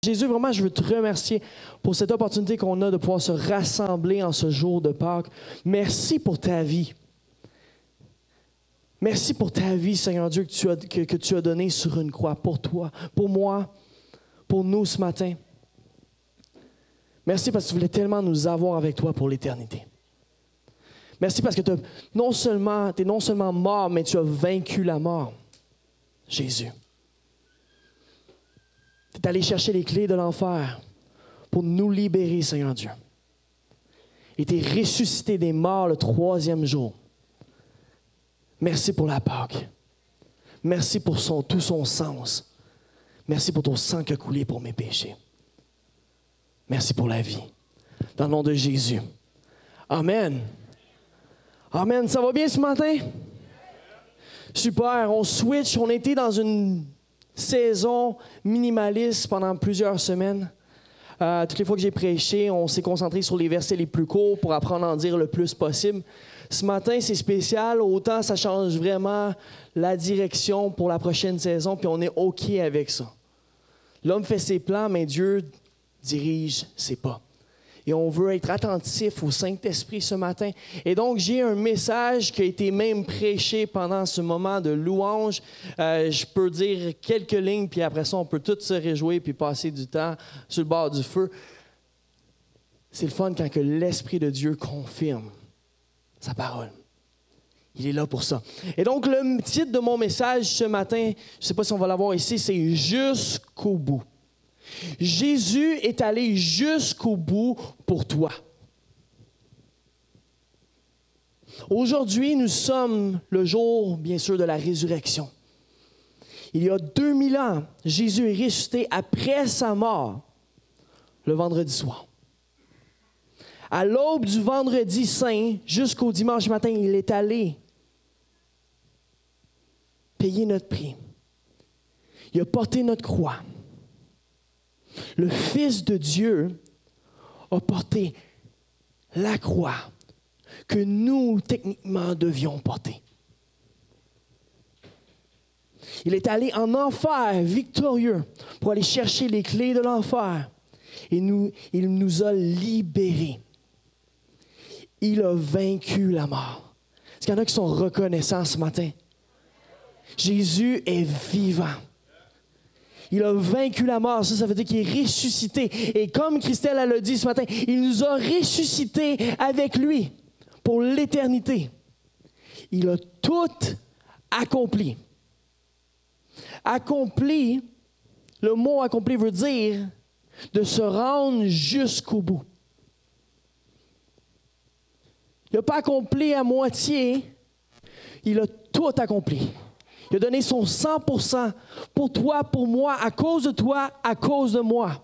Jésus, vraiment, je veux te remercier pour cette opportunité qu'on a de pouvoir se rassembler en ce jour de Pâques. Merci pour ta vie. Merci pour ta vie, Seigneur Dieu, que tu as donnée sur une croix pour toi, pour moi, pour nous ce matin. Merci parce que tu voulais tellement nous avoir avec toi pour l'éternité. Merci parce que tu es non seulement mort, mais tu as vaincu la mort. Jésus. Tu es allé chercher les clés de l'enfer pour nous libérer, Seigneur Dieu. Et tu es ressuscité des morts le 3e jour. Merci pour la Pâque. Merci pour tout son sens. Merci pour ton sang qui a coulé pour mes péchés. Merci pour la vie. Dans le nom de Jésus. Amen. Amen. Ça va bien ce matin? Super. On switch. On était dans une saison minimaliste pendant plusieurs semaines. Toutes les fois que j'ai prêché, on s'est concentré sur les versets les plus courts pour apprendre à en dire le plus possible. Ce matin, c'est spécial. Autant ça change vraiment la direction pour la prochaine saison, puis on est OK avec ça. L'homme fait ses plans, mais Dieu dirige ses pas. Et on veut être attentif au Saint-Esprit ce matin. Et donc, j'ai un message qui a été même prêché pendant ce moment de louange. Je peux dire quelques lignes, puis après ça, on peut tous se réjouir puis passer du temps sur le bord du feu. C'est le fun quand que l'Esprit de Dieu confirme sa parole. Il est là pour ça. Et donc, le titre de mon message ce matin, je ne sais pas si on va l'avoir ici, c'est « Jusqu'au bout ». Jésus est allé jusqu'au bout pour toi. Aujourd'hui, nous sommes le jour, bien sûr, de la résurrection. Il y a 2000 ans, Jésus est ressuscité après sa mort, le vendredi soir. À l'aube du vendredi saint, jusqu'au dimanche matin, il est allé payer notre prix. Il a porté notre croix. Le Fils de Dieu a porté la croix que nous, techniquement, devions porter. Il est allé en enfer victorieux pour aller chercher les clés de l'enfer. Et il nous a libérés. Il a vaincu la mort. Est-ce qu'il y en a qui sont reconnaissants ce matin? Jésus est vivant. Il a vaincu la mort. Ça veut dire qu'il est ressuscité. Et comme Christelle l'a dit ce matin, il nous a ressuscités avec lui pour l'éternité. Il a tout accompli. Accompli, le mot accompli veut dire de se rendre jusqu'au bout. Il n'a pas accompli à moitié, il a tout accompli. Il a donné son 100% pour toi, pour moi, à cause de toi, à cause de moi.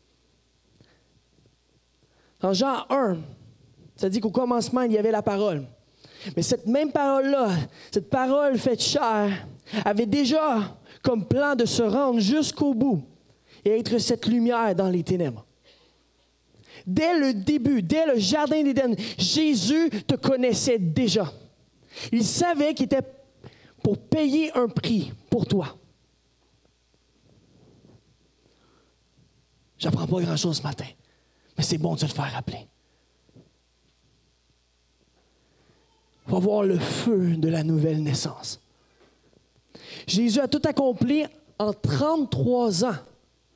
Dans Jean 1, ça dit qu'au commencement, il y avait la parole. Mais cette même parole-là, cette parole faite chair, avait déjà comme plan de se rendre jusqu'au bout et être cette lumière dans les ténèbres. Dès le début, dès le jardin d'Éden, Jésus te connaissait déjà. Il savait qu'il était pour payer un prix pour toi. Je n'apprends pas grand-chose ce matin, mais c'est bon de se le faire rappeler. On va voir le feu de la nouvelle naissance. Jésus a tout accompli en 33 ans.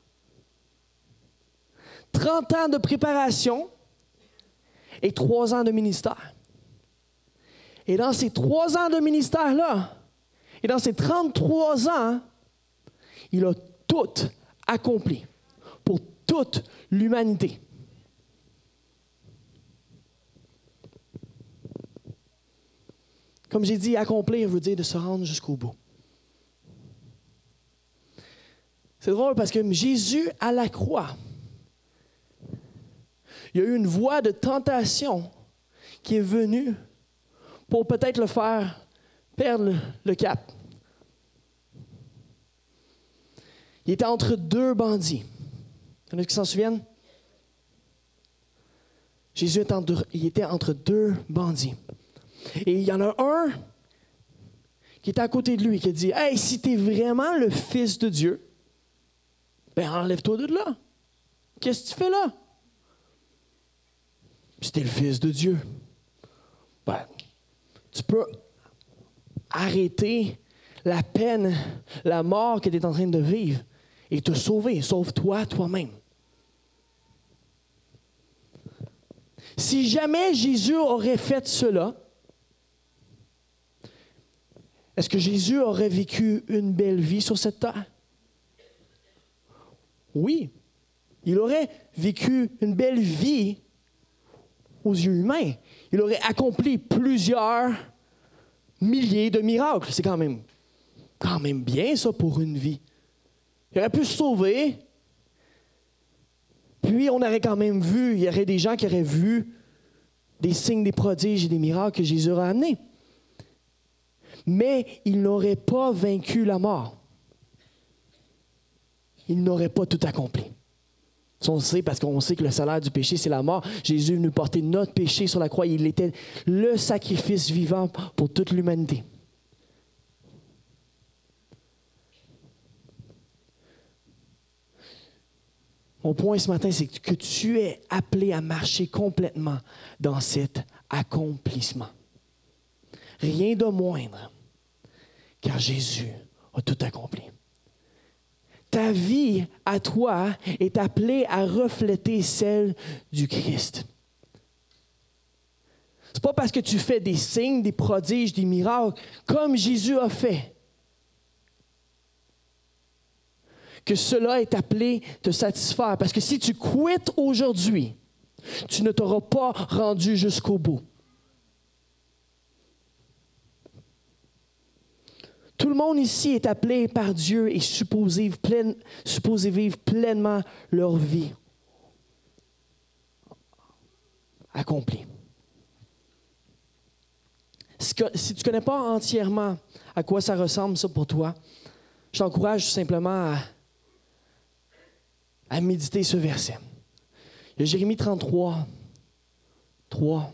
30 ans de préparation et 3 ans de ministère. Et dans ces 3 ans de ministère-là, et dans ces 33 ans, il a tout accompli pour toute l'humanité. Comme j'ai dit, accomplir veut dire de se rendre jusqu'au bout. C'est drôle parce que Jésus, à la croix, il y a eu une voie de tentation qui est venue pour peut-être le faire perdre le cap. Il était entre 2 bandits. Il y en a qui s'en souviennent? Jésus était entre 2 bandits. Et il y en a un qui était à côté de lui qui a dit « Hey, si tu es vraiment le Fils de Dieu, ben enlève-toi de là. Qu'est-ce que tu fais là? Si t'es le Fils de Dieu, ben, tu peux arrêter la peine, la mort que tu es en train de vivre et te sauver. Sauve-toi toi-même. Si jamais Jésus aurait fait cela, est-ce que Jésus aurait vécu une belle vie sur cette terre? Oui. Il aurait vécu une belle vie aux yeux humains. Il aurait accompli plusieurs milliers de miracles. C'est quand même bien ça pour une vie. Il aurait pu se sauver. Puis on aurait quand même vu, il y aurait des gens qui auraient vu des signes, des prodiges et des miracles que Jésus aurait amenés. Mais il n'aurait pas vaincu la mort. Il n'aurait pas tout accompli. Ça, on le sait parce qu'on sait que le salaire du péché, c'est la mort. Jésus est venu porter notre péché sur la croix. Il était le sacrifice vivant pour toute l'humanité. Mon point ce matin, c'est que tu es appelé à marcher complètement dans cet accomplissement. Rien de moindre, car Jésus a tout accompli. Ta vie à toi est appelée à refléter celle du Christ. Ce n'est pas parce que tu fais des signes, des prodiges, des miracles, comme Jésus a fait, que cela est appelé te satisfaire. Parce que si tu quittes aujourd'hui, tu ne t'auras pas rendu jusqu'au bout. Tout le monde ici est appelé par Dieu et supposé vivre pleinement leur vie accomplie. Si tu ne connais pas entièrement à quoi ça ressemble, ça, pour toi, je t'encourage simplement à méditer ce verset. Il y a Jérémie 33, 3.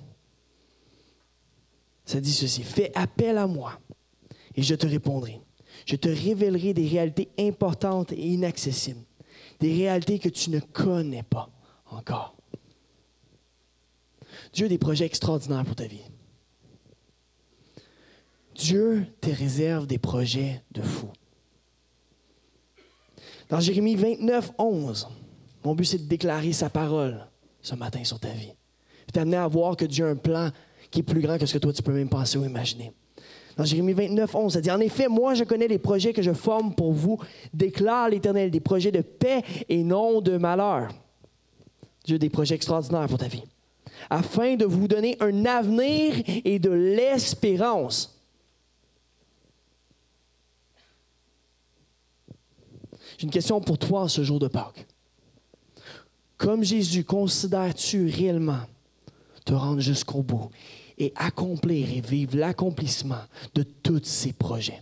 Ça dit ceci: « Fais appel à moi. Et je te répondrai. Je te révélerai des réalités importantes et inaccessibles. Des réalités que tu ne connais pas encore. » Dieu a des projets extraordinaires pour ta vie. Dieu te réserve des projets de fou. Dans Jérémie 29, 11, mon but c'est de déclarer sa parole ce matin sur ta vie. Je t'amener à voir que Dieu a un plan qui est plus grand que ce que toi tu peux même penser ou imaginer. Dans Jérémie 29, 11, ça dit « En effet, moi, je connais les projets que je forme pour vous, déclare l'Éternel, des projets de paix et non de malheur. » Dieu a des projets extraordinaires pour ta vie. « Afin de vous donner un avenir et de l'espérance. » J'ai une question pour toi en ce jour de Pâques. Comme Jésus, considères-tu réellement te rendre jusqu'au bout et accomplir et vivre l'accomplissement de tous ces projets?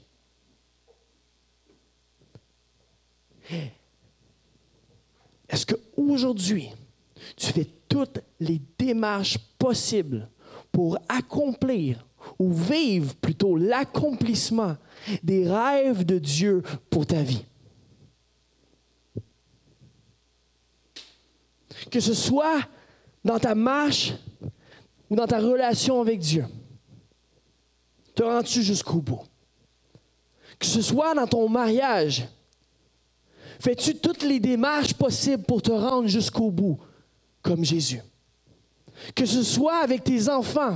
Est-ce qu'aujourd'hui, tu fais toutes les démarches possibles pour accomplir ou vivre plutôt l'accomplissement des rêves de Dieu pour ta vie? Que ce soit dans ta marche ou dans ta relation avec Dieu, te rends-tu jusqu'au bout? Que ce soit dans ton mariage, fais-tu toutes les démarches possibles pour te rendre jusqu'au bout, comme Jésus? Que ce soit avec tes enfants,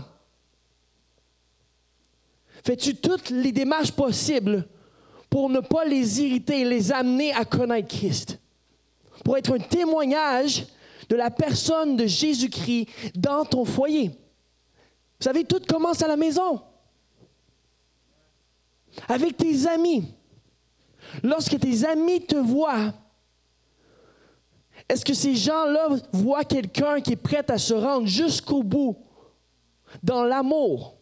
fais-tu toutes les démarches possibles pour ne pas les irriter, les amener à connaître Christ? Pour être un témoignage de la personne de Jésus-Christ dans ton foyer. Vous savez, tout commence à la maison. Avec tes amis. Lorsque tes amis te voient, est-ce que ces gens-là voient quelqu'un qui est prêt à se rendre jusqu'au bout dans l'amour?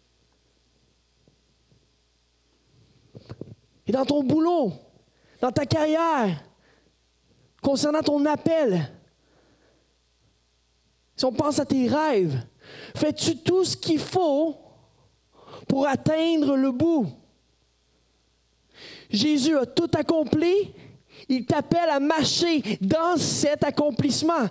Et dans ton boulot, dans ta carrière, concernant ton appel, si on pense à tes rêves, fais-tu tout ce qu'il faut pour atteindre le bout? Jésus a tout accompli Il t'appelle à marcher dans cet accomplissement.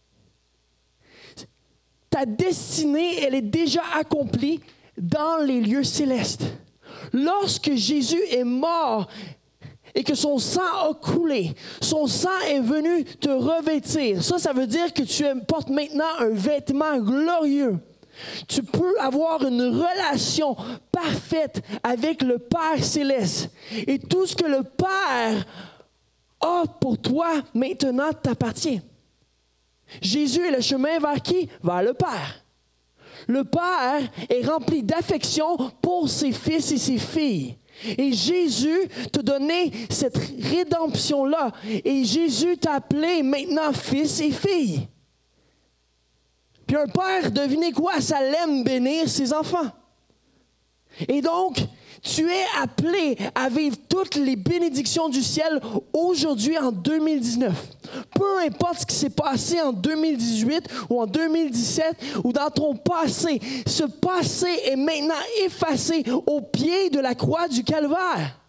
Ta destinée, elle est déjà accomplie dans les lieux célestes. Lorsque Jésus est mort et que son sang a coulé, son sang est venu te revêtir. Ça veut dire que tu portes maintenant un vêtement glorieux. Tu peux avoir une relation parfaite avec le Père céleste. Et tout ce que le Père a pour toi maintenant t'appartient. Jésus est le chemin vers qui? Vers le Père. Le Père est rempli d'affection pour ses fils et ses filles. Et Jésus t'a donné cette rédemption-là. Et Jésus t'a appelé maintenant fils et filles. Puis un père, devinez quoi? Ça l'aime bénir ses enfants. Et donc, tu es appelé à vivre toutes les bénédictions du ciel aujourd'hui en 2019. Peu importe ce qui s'est passé en 2018 ou en 2017 ou dans ton passé, ce passé est maintenant effacé au pied de la croix du Calvaire.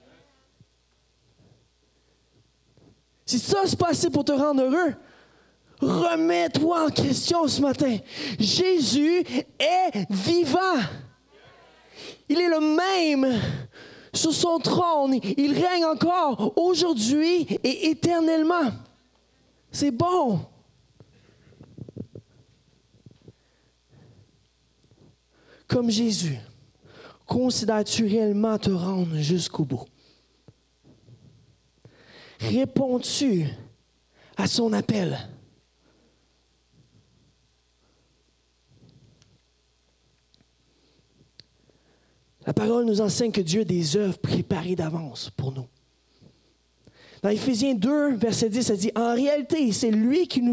Si ça se passait pour te rendre heureux, remets-toi en question ce matin. Jésus est vivant. Il est le même sur son trône. Il règne encore aujourd'hui et éternellement. C'est bon. Comme Jésus, considères-tu réellement te rendre jusqu'au bout? Réponds-tu à son appel? La parole nous enseigne que Dieu a des œuvres préparées d'avance pour nous. Dans Éphésiens 2, verset 10, ça dit, en réalité, c'est lui qui nous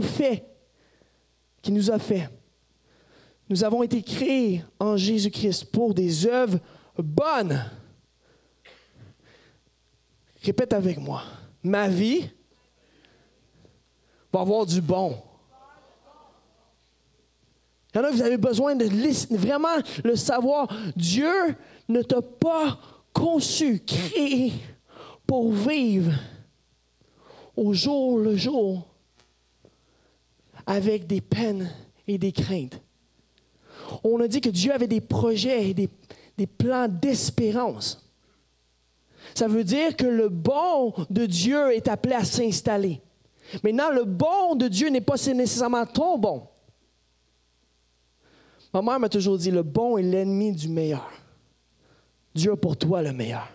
a fait. Nous avons été créés en Jésus-Christ pour des œuvres bonnes. Répète avec moi. Ma vie va avoir du bon. Il y en a, vous avez besoin de vraiment le savoir. Dieu ne t'a pas conçu, créé pour vivre au jour le jour avec des peines et des craintes. On a dit que Dieu avait des projets et des plans d'espérance. Ça veut dire que le bon de Dieu est appelé à s'installer. Maintenant, le bon de Dieu n'est pas nécessairement ton bon. Ma mère m'a toujours dit, le bon est l'ennemi du meilleur. Dieu a pour toi le meilleur.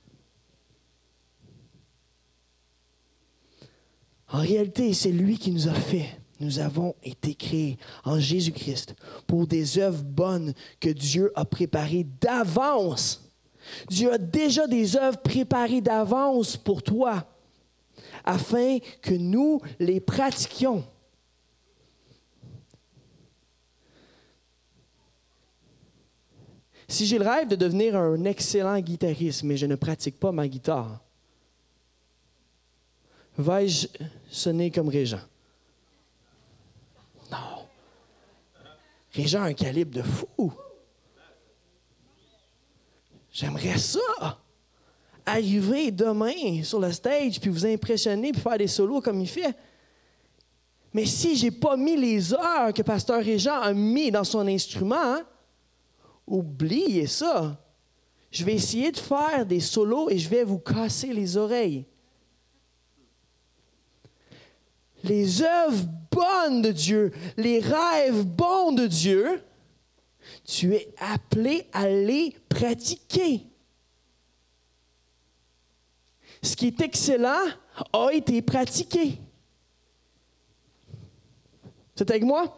En réalité, c'est lui qui nous a fait. Nous avons été créés en Jésus-Christ pour des œuvres bonnes que Dieu a préparées d'avance. Dieu a déjà des œuvres préparées d'avance pour toi, afin que nous les pratiquions. Si j'ai le rêve de devenir un excellent guitariste, mais je ne pratique pas ma guitare, vais-je sonner comme Régent? Non. Régent a un calibre de fou. J'aimerais ça. Arriver demain sur le stage, puis vous impressionner, puis faire des solos comme il fait. Mais si je n'ai pas mis les heures que Pasteur Régent a mis dans son instrument, oubliez ça. Je vais essayer de faire des solos et je vais vous casser les oreilles. Les œuvres bonnes de Dieu, les rêves bons de Dieu, tu es appelé à les pratiquer. Ce qui est excellent a été pratiqué. Vous êtes avec moi?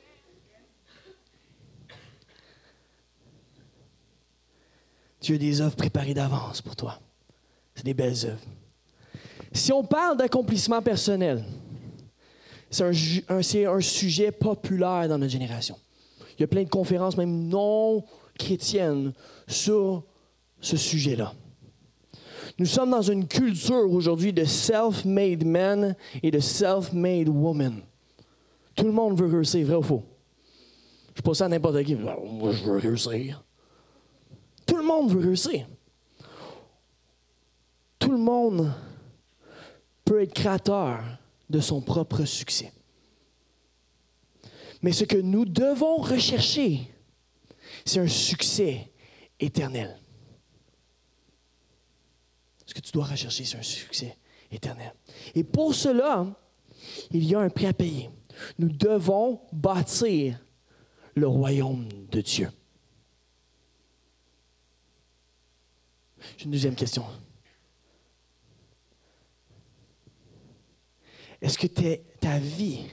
Dieu a des œuvres préparées d'avance pour toi. C'est des belles œuvres. Si on parle d'accomplissement personnel, c'est un sujet populaire dans notre génération. Il y a plein de conférences, même non chrétiennes, sur ce sujet-là. Nous sommes dans une culture aujourd'hui de self-made men et de self-made women. Tout le monde veut réussir, vrai ou faux? Je pose ça à n'importe qui. Moi, je veux réussir. Tout le monde veut réussir. Tout le monde peut être créateur de son propre succès. Mais ce que nous devons rechercher, c'est un succès éternel. Ce que tu dois rechercher, c'est un succès éternel. Et pour cela, il y a un prix à payer. Nous devons bâtir le royaume de Dieu. J'ai une deuxième question. Est-ce que ta vie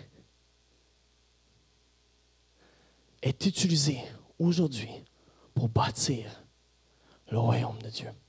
est utilisée aujourd'hui pour bâtir le royaume de Dieu?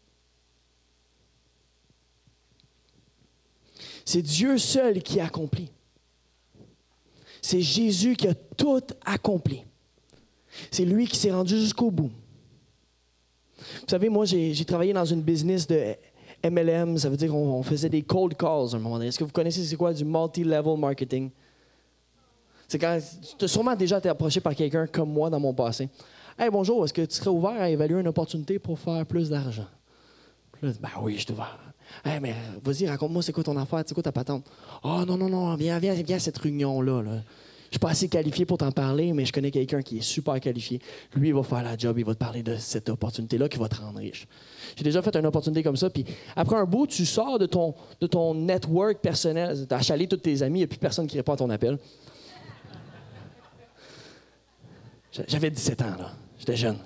C'est Dieu seul qui accomplit. C'est Jésus qui a tout accompli. C'est lui qui s'est rendu jusqu'au bout. Vous savez, moi, j'ai travaillé dans une business de MLM, ça veut dire qu'on faisait des cold calls à un moment donné. Est-ce que vous connaissez c'est quoi du multi-level marketing? C'est quand tu as sûrement déjà été approché par quelqu'un comme moi dans mon passé. « Hey, bonjour, est-ce que tu serais ouvert à évaluer une opportunité pour faire plus d'argent? » Là, ben oui, je suis ouvert. « Hey, mais vas-y, raconte-moi, c'est quoi ton affaire, c'est quoi ta patente? »« Oh non, viens à cette réunion-là. Là. Je suis pas assez qualifié pour t'en parler, mais je connais quelqu'un qui est super qualifié. Lui, il va faire la job, il va te parler de cette opportunité-là qui va te rendre riche. » J'ai déjà fait une opportunité comme ça, puis après un bout, tu sors de ton network personnel. Tu as achalé tous tes amis, il n'y a plus personne qui répond à ton appel. J'avais 17 ans, là. J'étais jeune.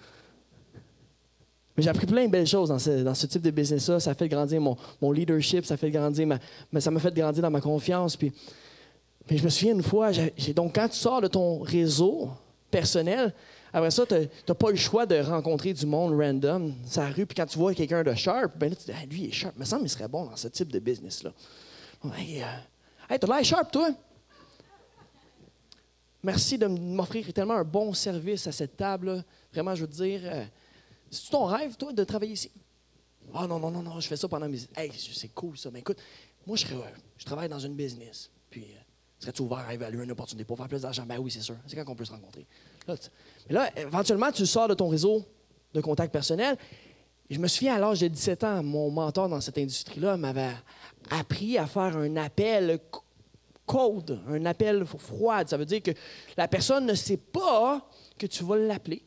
Mais j'ai appris plein de belles choses dans ce type de business-là. Ça a fait grandir mon leadership, ça m'a fait grandir dans ma confiance. Puis je me souviens une fois, donc quand tu sors de ton réseau personnel, après ça, tu n'as pas eu le choix de rencontrer du monde random sur la rue. Puis quand tu vois quelqu'un de sharp, ben là, tu te dis, ah, lui, il est sharp. Il me semble qu'il serait bon dans ce type de business-là. Hey, t'as l'air sharp, toi? Merci de m'offrir tellement un bon service à cette table. Vraiment, je veux te dire, c'est-tu ton rêve, toi, de travailler ici? Ah non, je fais ça pendant mes... Hey, c'est cool, ça. Mais écoute, moi, je travaille dans une business. Puis, serais-tu ouvert à évaluer une opportunité pour faire plus d'argent? Ben oui, c'est sûr. C'est quand qu'on peut se rencontrer. Mais là, éventuellement, tu sors de ton réseau de contacts personnels. Et je me souviens, à l'âge de 17 ans, mon mentor dans cette industrie-là m'avait appris à faire un appel cold, un appel froid. Ça veut dire que la personne ne sait pas que tu vas l'appeler.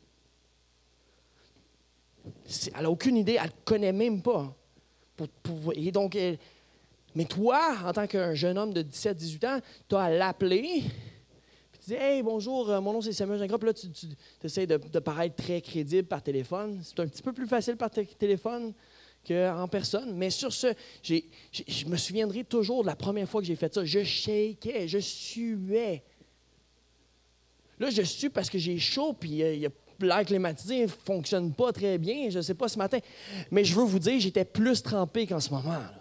Elle n'a aucune idée, elle ne te connaît même pas. Et donc, mais toi, en tant qu'un jeune homme de 17-18 ans, tu as à l'appeler. Puis tu dis « Hey, bonjour, mon nom c'est Samuel Gingras. » Puis là, tu essaies de paraître très crédible par téléphone. C'est un petit peu plus facile par téléphone qu'en personne. Mais sur ce, je me souviendrai toujours de la première fois que j'ai fait ça. Je shakeais, je suais. Là, je sue parce que j'ai chaud, puis l'air climatisé ne fonctionne pas très bien. Je ne sais pas ce matin. Mais je veux vous dire, j'étais plus trempé qu'en ce moment. Là.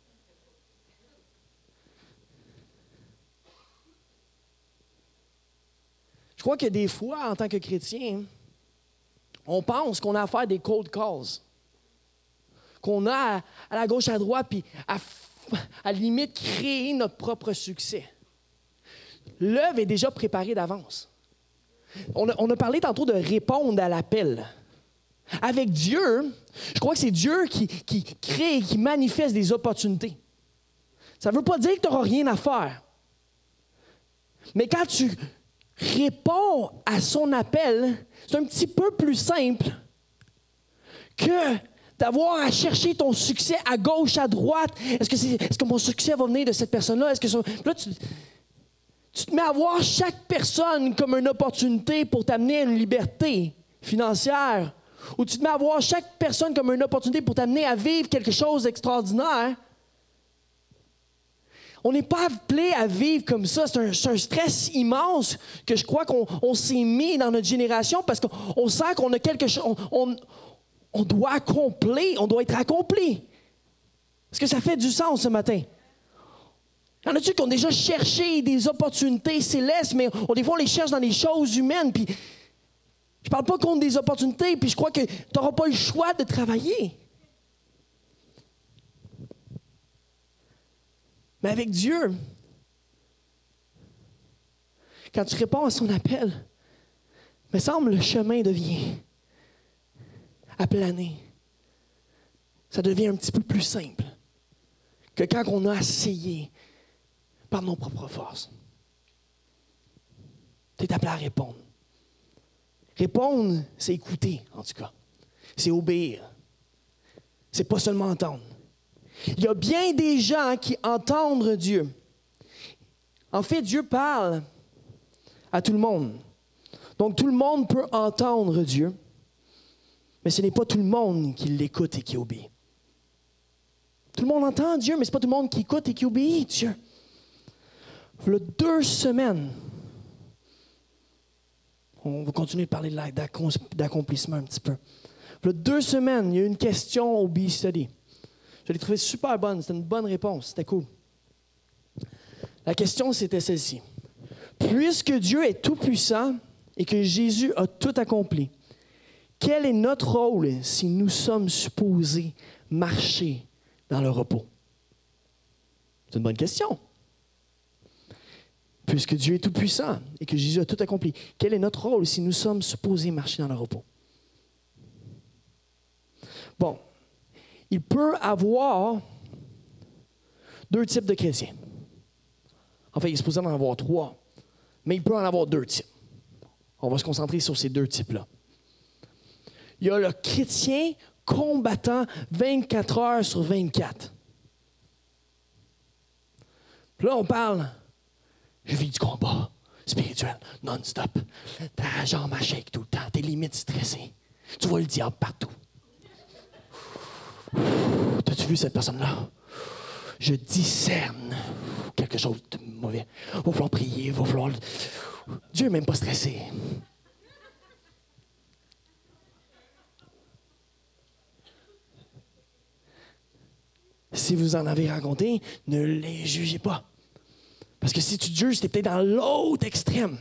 Je crois que des fois, en tant que chrétien, on pense qu'on a à faire des cold calls. Qu'on a à la gauche, à droite, puis à la limite, créer notre propre succès. L'œuvre est déjà préparée d'avance. On a parlé tantôt de répondre à l'appel. Avec Dieu, je crois que c'est Dieu qui crée et qui manifeste des opportunités. Ça ne veut pas dire que tu n'auras rien à faire. Mais quand tu réponds à son appel, c'est un petit peu plus simple que d'avoir à chercher ton succès à gauche, à droite. Est-ce que mon succès va venir de cette personne-là? Là, tu te mets à voir chaque personne comme une opportunité pour t'amener à une liberté financière. Ou tu te mets à voir chaque personne comme une opportunité pour t'amener à vivre quelque chose d'extraordinaire. On n'est pas appelé à vivre comme ça. C'est un stress immense que je crois qu'on s'est mis dans notre génération parce qu'on sent qu'on a quelque chose... On doit accomplir, on doit être accompli. Est-ce que ça fait du sens ce matin? Y en a-tu qui ont déjà cherché des opportunités célestes, mais des fois on les cherche dans les choses humaines, puis je parle pas contre des opportunités, puis je crois que tu n'auras pas le choix de travailler. Mais avec Dieu, quand tu réponds à son appel, il me semble le chemin devient aplané. Ça devient un petit peu plus simple que quand on a essayé par nos propres forces. Tu es appelé à répondre. Répondre, c'est écouter, en tout cas. C'est obéir. C'est pas seulement entendre. Il y a bien des gens qui entendent Dieu. En fait, Dieu parle à tout le monde. Donc, tout le monde peut entendre Dieu, mais ce n'est pas tout le monde qui l'écoute et qui obéit. Tout le monde entend Dieu, mais ce n'est pas tout le monde qui écoute et qui obéit Dieu. Il y a 2 semaines, on va continuer de parler d'accomplissement un petit peu. Il y a 2 semaines, il y a eu une question au B-Study. Je l'ai trouvée super bonne, c'était une bonne réponse, c'était cool. La question, c'était celle-ci. Puisque Dieu est tout-puissant et que Jésus a tout accompli, quel est notre rôle si nous sommes supposés marcher dans le repos? C'est une bonne question. Puisque Dieu est tout-puissant et que Jésus a tout accompli, quel est notre rôle si nous sommes supposés marcher dans le repos? Bon, il peut y avoir 2 types de chrétiens. En fait, il est supposé en avoir 3, mais il peut en avoir 2 types. On va se concentrer sur ces 2 types-là. Il y a le chrétien combattant 24 heures sur 24. Puis là, on parle, je vis du combat spirituel, non-stop. Ta jambe à shake tout le temps, t'es limite stressé. Tu vois le diable partout. T'as-tu vu cette personne-là? Je discerne quelque chose de mauvais. Il va falloir prier, il va falloir... Dieu n'est même pas stressé. Si vous en avez rencontré, ne les jugez pas. Parce que si tu te juges, tu es peut-être dans l'autre extrême.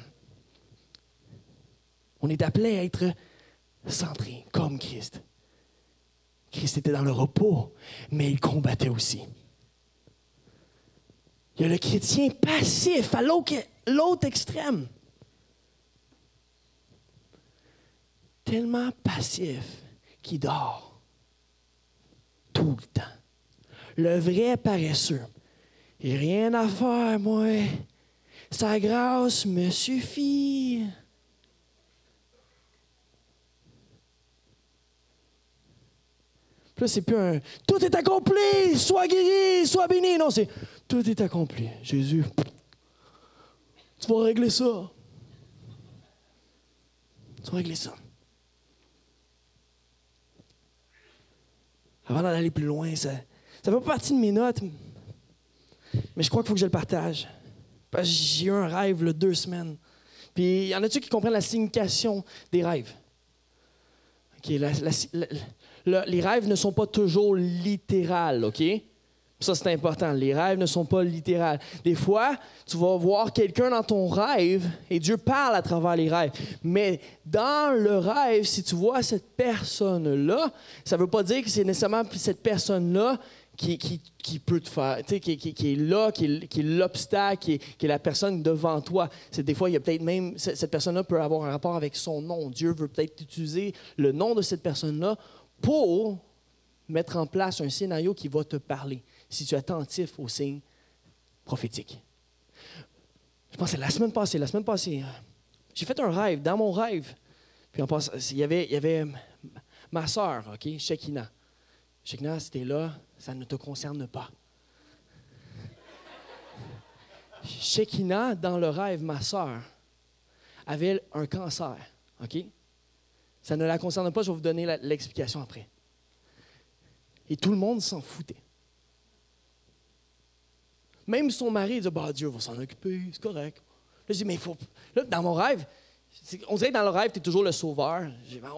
On est appelé à être centré, comme Christ. Christ était dans le repos, mais il combattait aussi. Il y a le chrétien passif à l'autre extrême. Tellement passif qu'il dort tout le temps. Le vrai paresseux. J'ai rien à faire, moi. Sa grâce me suffit. Puis là, c'est plus un « Tout est accompli, sois guéri, sois béni ». Non, c'est « Tout est accompli. Jésus, tu vas régler ça. Tu vas régler ça. » Avant d'aller plus loin, ça fait pas partie de mes notes, mais je crois qu'il faut que je le partage. Parce que j'ai eu un rêve, 2 semaines. Puis, il y en a-tu qui comprennent la signification des rêves? OK, les rêves ne sont pas toujours littérales, OK? Ça, c'est important. Les rêves ne sont pas littérales. Des fois, tu vas voir quelqu'un dans ton rêve et Dieu parle à travers les rêves. Mais dans le rêve, si tu vois cette personne-là, ça ne veut pas dire que c'est nécessairement cette personne-là qui peut te faire, tu sais, qui est là, qui est l'obstacle, qui est la personne devant toi. C'est des fois, il y a peut-être même, cette personne-là peut avoir un rapport avec son nom. Dieu veut peut-être utiliser le nom de cette personne-là pour mettre en place un scénario qui va te parler, si tu es attentif aux signes prophétiques. Je pense que c'est la semaine passée, j'ai fait un rêve, dans mon rêve, puis il y avait ma sœur, OK, Shekinah. Shekinah, c'était là, ça ne te concerne pas. Shekinah, dans le rêve, ma sœur, avait un cancer, OK? Ça ne la concerne pas, je vais vous donner l'explication après. Et tout le monde s'en foutait. Même son mari dit, bah, Dieu va s'en occuper, c'est correct. Là, je dis, mais il faut. Là, dans mon rêve, on dirait que dans le rêve, tu es toujours le sauveur.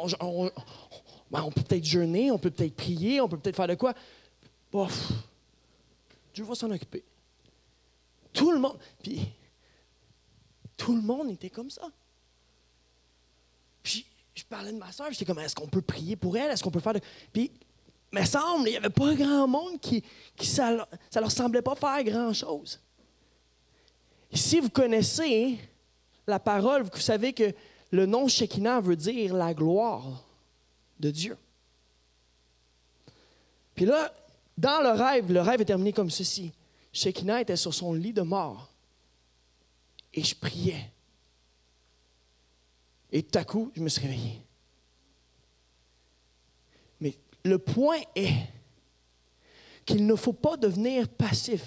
On peut peut-être jeûner, on peut peut-être prier, on peut peut-être faire de quoi. Bof, Dieu va s'en occuper. Tout le monde était comme ça. Puis, je parlais de ma soeur, j'étais comme, est-ce qu'on peut prier pour elle? Est-ce qu'on peut faire de. Puis, il me semble, il n'y avait pas grand monde qui ça leur semblait pas faire grand-chose. Si vous connaissez la parole, vous savez que le nom Shekinah veut dire la gloire de Dieu. Puis là, Dans le rêve est terminé comme ceci. Shekinah était sur son lit de mort et je priais. Et tout à coup, je me suis réveillé. Mais le point est qu'il ne faut pas devenir passif.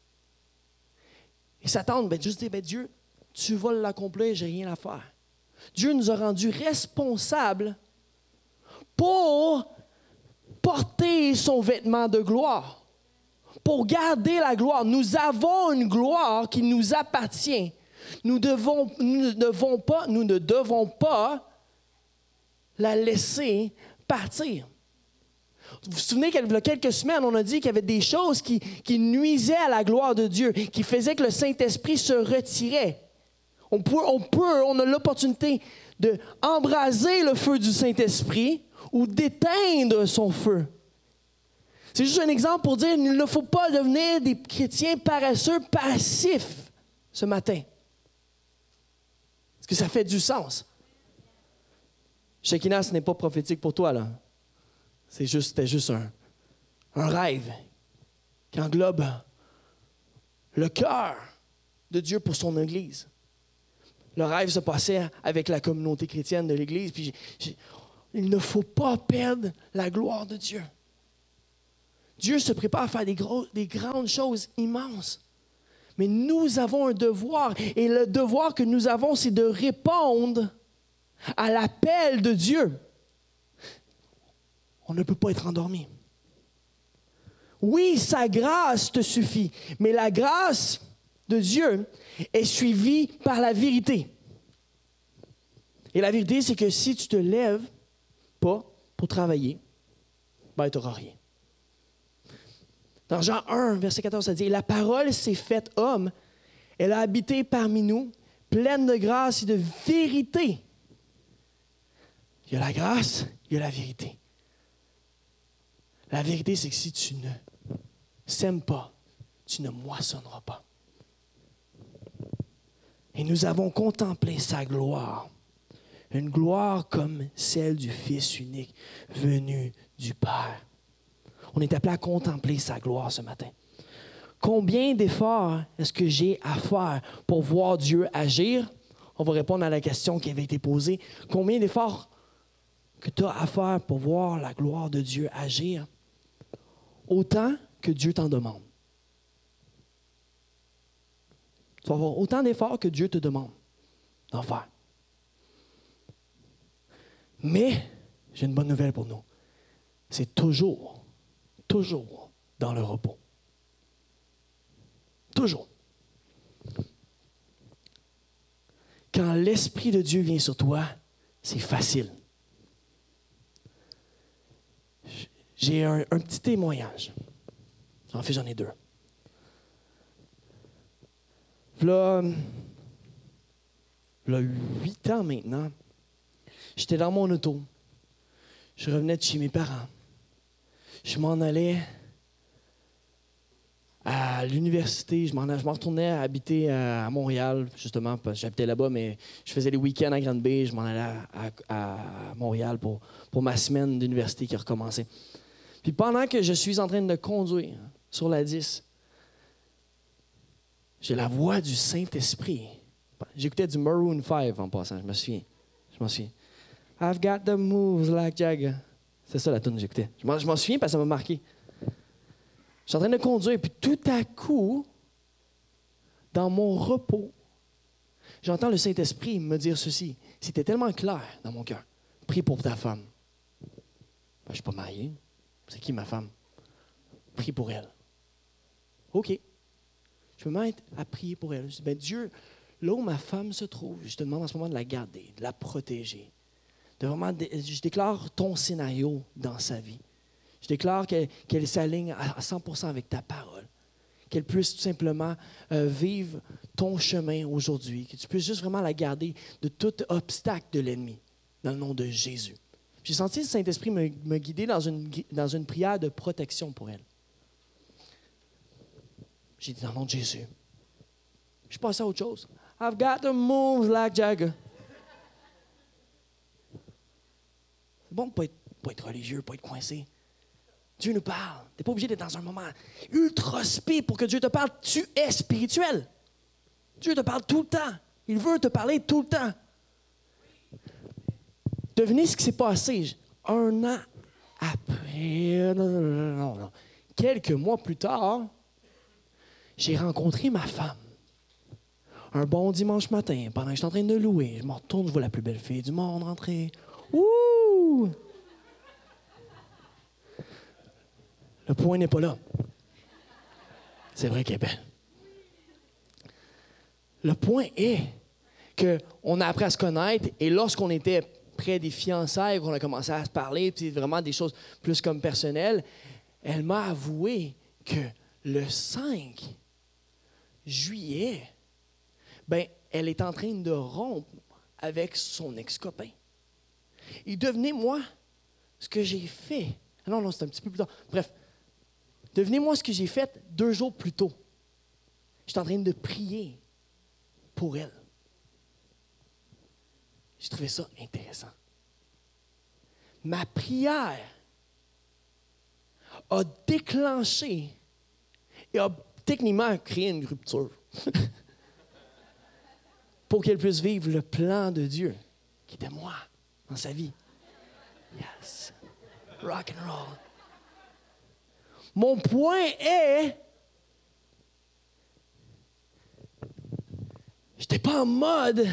Et s'attendre, juste dire, Dieu, tu vas l'accomplir, j'ai rien à faire. Dieu nous a rendus responsables pour porter son vêtement de gloire, pour garder la gloire. Nous avons une gloire qui nous appartient. Nous ne devons pas la laisser partir. Vous vous souvenez qu'il y a quelques semaines, on a dit qu'il y avait des choses qui nuisaient à la gloire de Dieu, qui faisaient que le Saint-Esprit se retirait. On a l'opportunité d'embraser le feu du Saint-Esprit ou d'éteindre son feu. C'est juste un exemple pour dire qu'il ne faut pas devenir des chrétiens paresseux, passifs ce matin. Est-ce que ça fait du sens? Shekinah, ce n'est pas prophétique pour toi, là. C'était juste un rêve qui englobe le cœur de Dieu pour son Église. Le rêve se passait avec la communauté chrétienne de l'Église. Puis il ne faut pas perdre la gloire de Dieu. Dieu se prépare à faire des grandes choses immenses. Mais nous avons un devoir. Et le devoir que nous avons, c'est de répondre à l'appel de Dieu. On ne peut pas être endormi. Oui, sa grâce te suffit, mais la grâce de Dieu est suivie par la vérité. Et la vérité, c'est que si tu ne te lèves pas pour travailler, ben, tu n'auras rien. Dans Jean 1, verset 14, ça dit « La parole s'est faite homme, elle a habité parmi nous, pleine de grâce et de vérité. » Il y a la grâce, il y a la vérité. La vérité, c'est que si tu ne sèmes pas, tu ne moissonneras pas. Et nous avons contemplé sa gloire, une gloire comme celle du Fils unique venu du Père. On est appelé à contempler sa gloire ce matin. Combien d'efforts est-ce que j'ai à faire pour voir Dieu agir? On va répondre à la question qui avait été posée. Combien d'efforts que tu as à faire pour voir la gloire de Dieu agir? Autant que Dieu t'en demande. Tu vas avoir autant d'efforts que Dieu te demande d'en faire. Mais, j'ai une bonne nouvelle pour nous. C'est toujours dans le repos. Toujours. Quand l'Esprit de Dieu vient sur toi, c'est facile. J'ai un petit témoignage. En fait, j'en ai deux. Là, 8 ans maintenant, j'étais dans mon auto. Je revenais de chez mes parents. Je m'en allais à l'université. Je m'en retournais à habiter à Montréal, justement, parce que j'habitais là-bas, mais je faisais les week-ends à Grande-Bay. Je m'en allais à Montréal pour ma semaine d'université qui recommençait. Puis pendant que je suis en train de conduire sur la 10, j'ai la voix du Saint-Esprit. J'écoutais du Maroon 5 en passant, je m'en souviens. I've got the moves like Jagger. C'est ça la tune que j'écoutais. Je m'en souviens parce que ça m'a marqué. Je suis en train de conduire, puis tout à coup, dans mon repos, j'entends le Saint-Esprit me dire ceci. C'était tellement clair dans mon cœur. Prie pour ta femme. Je ne suis pas marié. C'est qui ma femme? Prie pour elle. OK. Je me mets à prier pour elle. Je dis, Dieu, là où ma femme se trouve, je te demande en ce moment de la garder, de la protéger. Je déclare ton scénario dans sa vie. Je déclare qu'elle s'aligne à 100% avec ta parole. Qu'elle puisse tout simplement vivre ton chemin aujourd'hui. Que tu puisses juste vraiment la garder de tout obstacle de l'ennemi, dans le nom de Jésus. J'ai senti le Saint-Esprit me guider dans une prière de protection pour elle. J'ai dit dans le nom de Jésus. Je passe à autre chose. I've got to move like Jagger. C'est bon de ne pas être religieux, pas être coincé. Dieu nous parle. Tu n'es pas obligé d'être dans un moment ultra spé pour que Dieu te parle. Tu es spirituel. Dieu te parle tout le temps. Il veut te parler tout le temps. Devinez ce qui s'est passé. Un an après, non. Quelques mois plus tard, j'ai rencontré ma femme. Un bon dimanche matin, pendant que je suis en train de louer, je me retourne, je vois la plus belle fille du monde rentrer. Ouh! Le point n'est pas là. C'est vrai qu'elle est belle. Le point est qu'on a appris à se connaître et lorsqu'on était près des fiançailles, qu'on a commencé à se parler, puis vraiment des choses plus comme personnelles, elle m'a avoué que le 5 juillet, elle est en train de rompre avec son ex-copain. Et devinez-moi ce que j'ai fait. Non, c'est un petit peu plus tard. Bref, devinez-moi ce que j'ai fait 2 jours plus tôt. J'étais en train de prier pour elle. J'ai trouvé ça intéressant. Ma prière a déclenché et a techniquement créé une rupture pour qu'elle puisse vivre le plan de Dieu qui était moi dans sa vie. Yes. Rock and roll. Mon point est, j'étais pas en mode,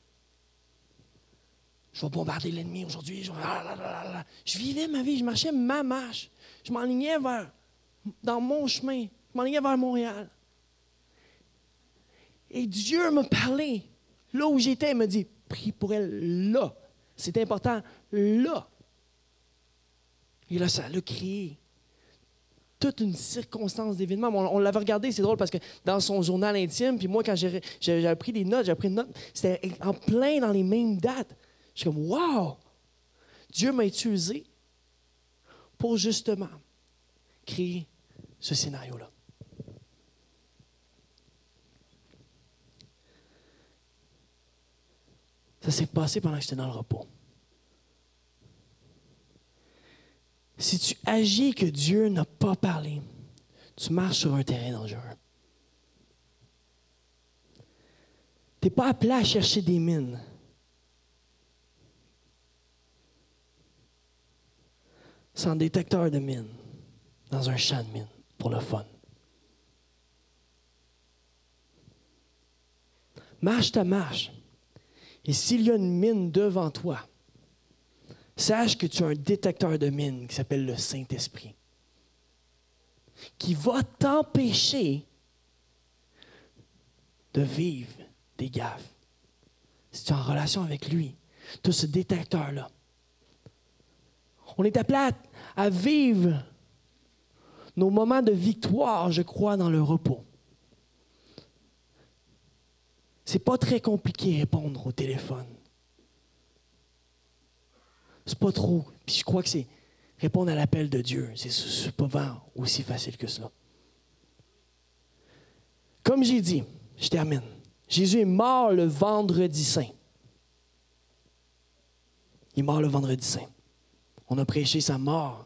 je vais bombarder l'ennemi aujourd'hui. Je vivais ma vie, je marchais ma marche. Je m'enlignais dans mon chemin. Je m'enlignais vers Montréal. Et Dieu me parlait. Là où j'étais, il me dit, prie pour elle là. C'est important là. Et là, ça l'a créé toute une circonstance d'événement. On l'avait regardé, c'est drôle parce que dans son journal intime, puis moi, quand j'ai pris des notes, c'était en plein dans les mêmes dates. Je suis comme, wow! Dieu m'a utilisé pour justement créer ce scénario-là. Ça s'est passé pendant que j'étais dans le repos. Si tu agis que Dieu n'a pas parlé, tu marches sur un terrain dangereux. Tu n'es pas appelé à chercher des mines. Sans détecteur de mine, dans un champ de mine, pour le fun. Marche ta marche. Et s'il y a une mine devant toi, sache que tu as un détecteur de mine qui s'appelle le Saint-Esprit, qui va t'empêcher de vivre des gaffes. Si tu es en relation avec lui, tu as ce détecteur-là. On est appelé à vivre nos moments de victoire, je crois, dans le repos. C'est pas très compliqué de répondre au téléphone. C'est pas trop. Puis je crois que c'est répondre à l'appel de Dieu. C'est pas vraiment aussi facile que cela. Comme j'ai dit, je termine. Jésus est mort le vendredi saint. Il est mort le vendredi saint. On a prêché sa mort.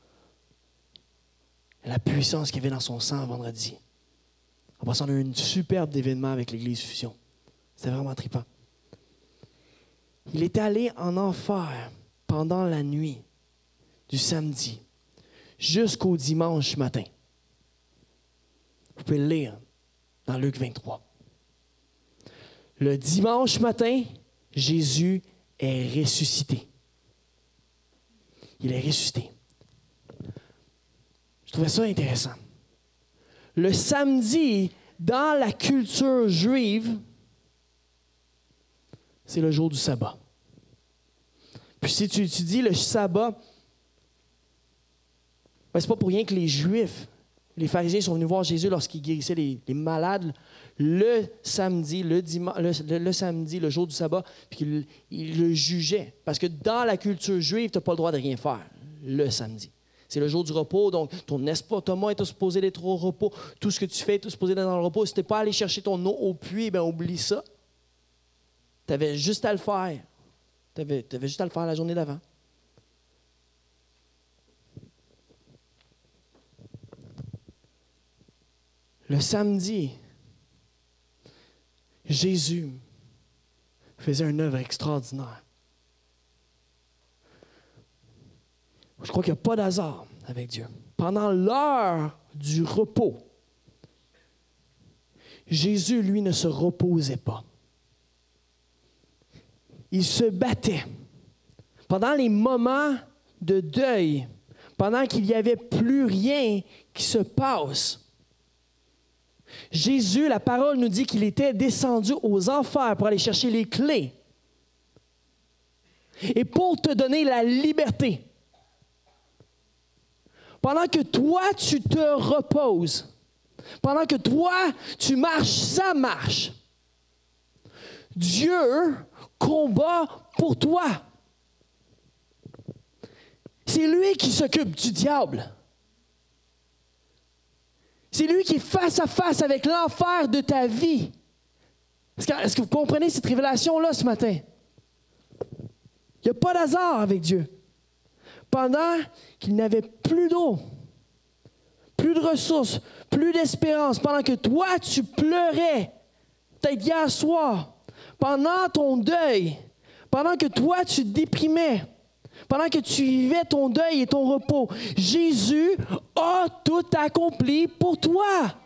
La puissance qu'il y avait dans son sang vendredi. En passant, on a eu une superbe événement avec l'Église Fusion. C'était vraiment trippant. Il est allé en enfer pendant la nuit du samedi jusqu'au dimanche matin. Vous pouvez le lire dans Luc 23. Le dimanche matin, Jésus est ressuscité. Il est ressuscité. Je trouvais ça intéressant. Le samedi, dans la culture juive, c'est le jour du sabbat. Puis si tu étudies le sabbat, c'est pas pour rien que les Juifs, les pharisiens sont venus voir Jésus lorsqu'il guérissait les malades le samedi, le samedi, le jour du sabbat, puis ils le jugeaient. Parce que dans la culture juive, tu n'as pas le droit de rien faire le samedi. C'est le jour du repos, donc ton estomac est supposé être au repos. Tout ce que tu fais est supposé être dans le repos. Si tu n'es pas allé chercher ton eau au puits, oublie ça. Tu avais juste à le faire. Tu avais juste à le faire la journée d'avant. Le samedi, Jésus faisait une œuvre extraordinaire. Je crois qu'il n'y a pas d'hasard avec Dieu. Pendant l'heure du repos, Jésus, lui, ne se reposait pas. Il se battait. Pendant les moments de deuil, pendant qu'il n'y avait plus rien qui se passe, Jésus, la parole nous dit qu'il était descendu aux enfers pour aller chercher les clés et pour te donner la liberté. Pendant que toi, tu te reposes, pendant que toi, tu marches sa marche, Dieu combat pour toi. C'est lui qui s'occupe du diable. C'est lui qui est face à face avec l'enfer de ta vie. Est-ce que vous comprenez cette révélation-là ce matin? Il n'y a pas d'hasard avec Dieu. Pendant qu'il n'avait plus d'eau, plus de ressources, plus d'espérance, pendant que toi, tu pleurais, peut-être hier soir, pendant ton deuil, pendant que toi, tu déprimais, pendant que tu vivais ton deuil et ton repos, Jésus a tout accompli pour toi.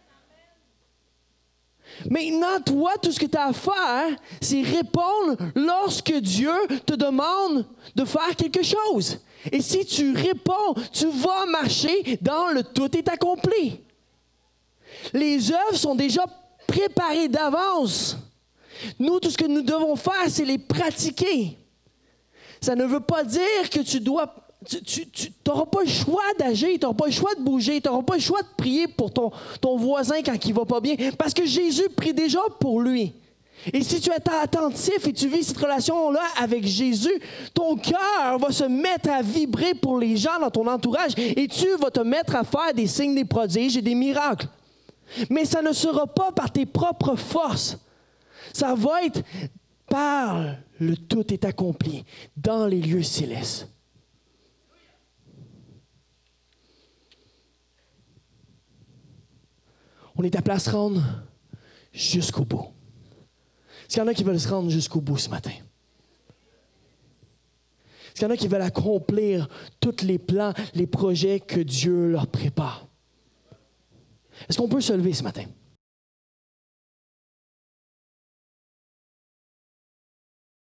Maintenant, toi, tout ce que tu as à faire, c'est répondre lorsque Dieu te demande de faire quelque chose. Et si tu réponds, tu vas marcher dans le tout est accompli. Les œuvres sont déjà préparées d'avance. Nous, tout ce que nous devons faire, c'est les pratiquer. Ça ne veut pas dire que tu n'auras pas le choix d'agir, tu n'auras pas le choix de bouger, tu n'auras pas le choix de prier pour ton voisin quand il ne va pas bien, parce que Jésus prie déjà pour lui. Et si tu es attentif et tu vis cette relation-là avec Jésus, ton cœur va se mettre à vibrer pour les gens dans ton entourage et tu vas te mettre à faire des signes, des prodiges et des miracles. Mais ça ne sera pas par tes propres forces. Ça va être par le tout est accompli dans les lieux célestes. On est appelé à se rendre jusqu'au bout. Est-ce qu'il y en a qui veulent se rendre jusqu'au bout ce matin? Est-ce qu'il y en a qui veulent accomplir tous les plans, les projets que Dieu leur prépare? Est-ce qu'on peut se lever ce matin?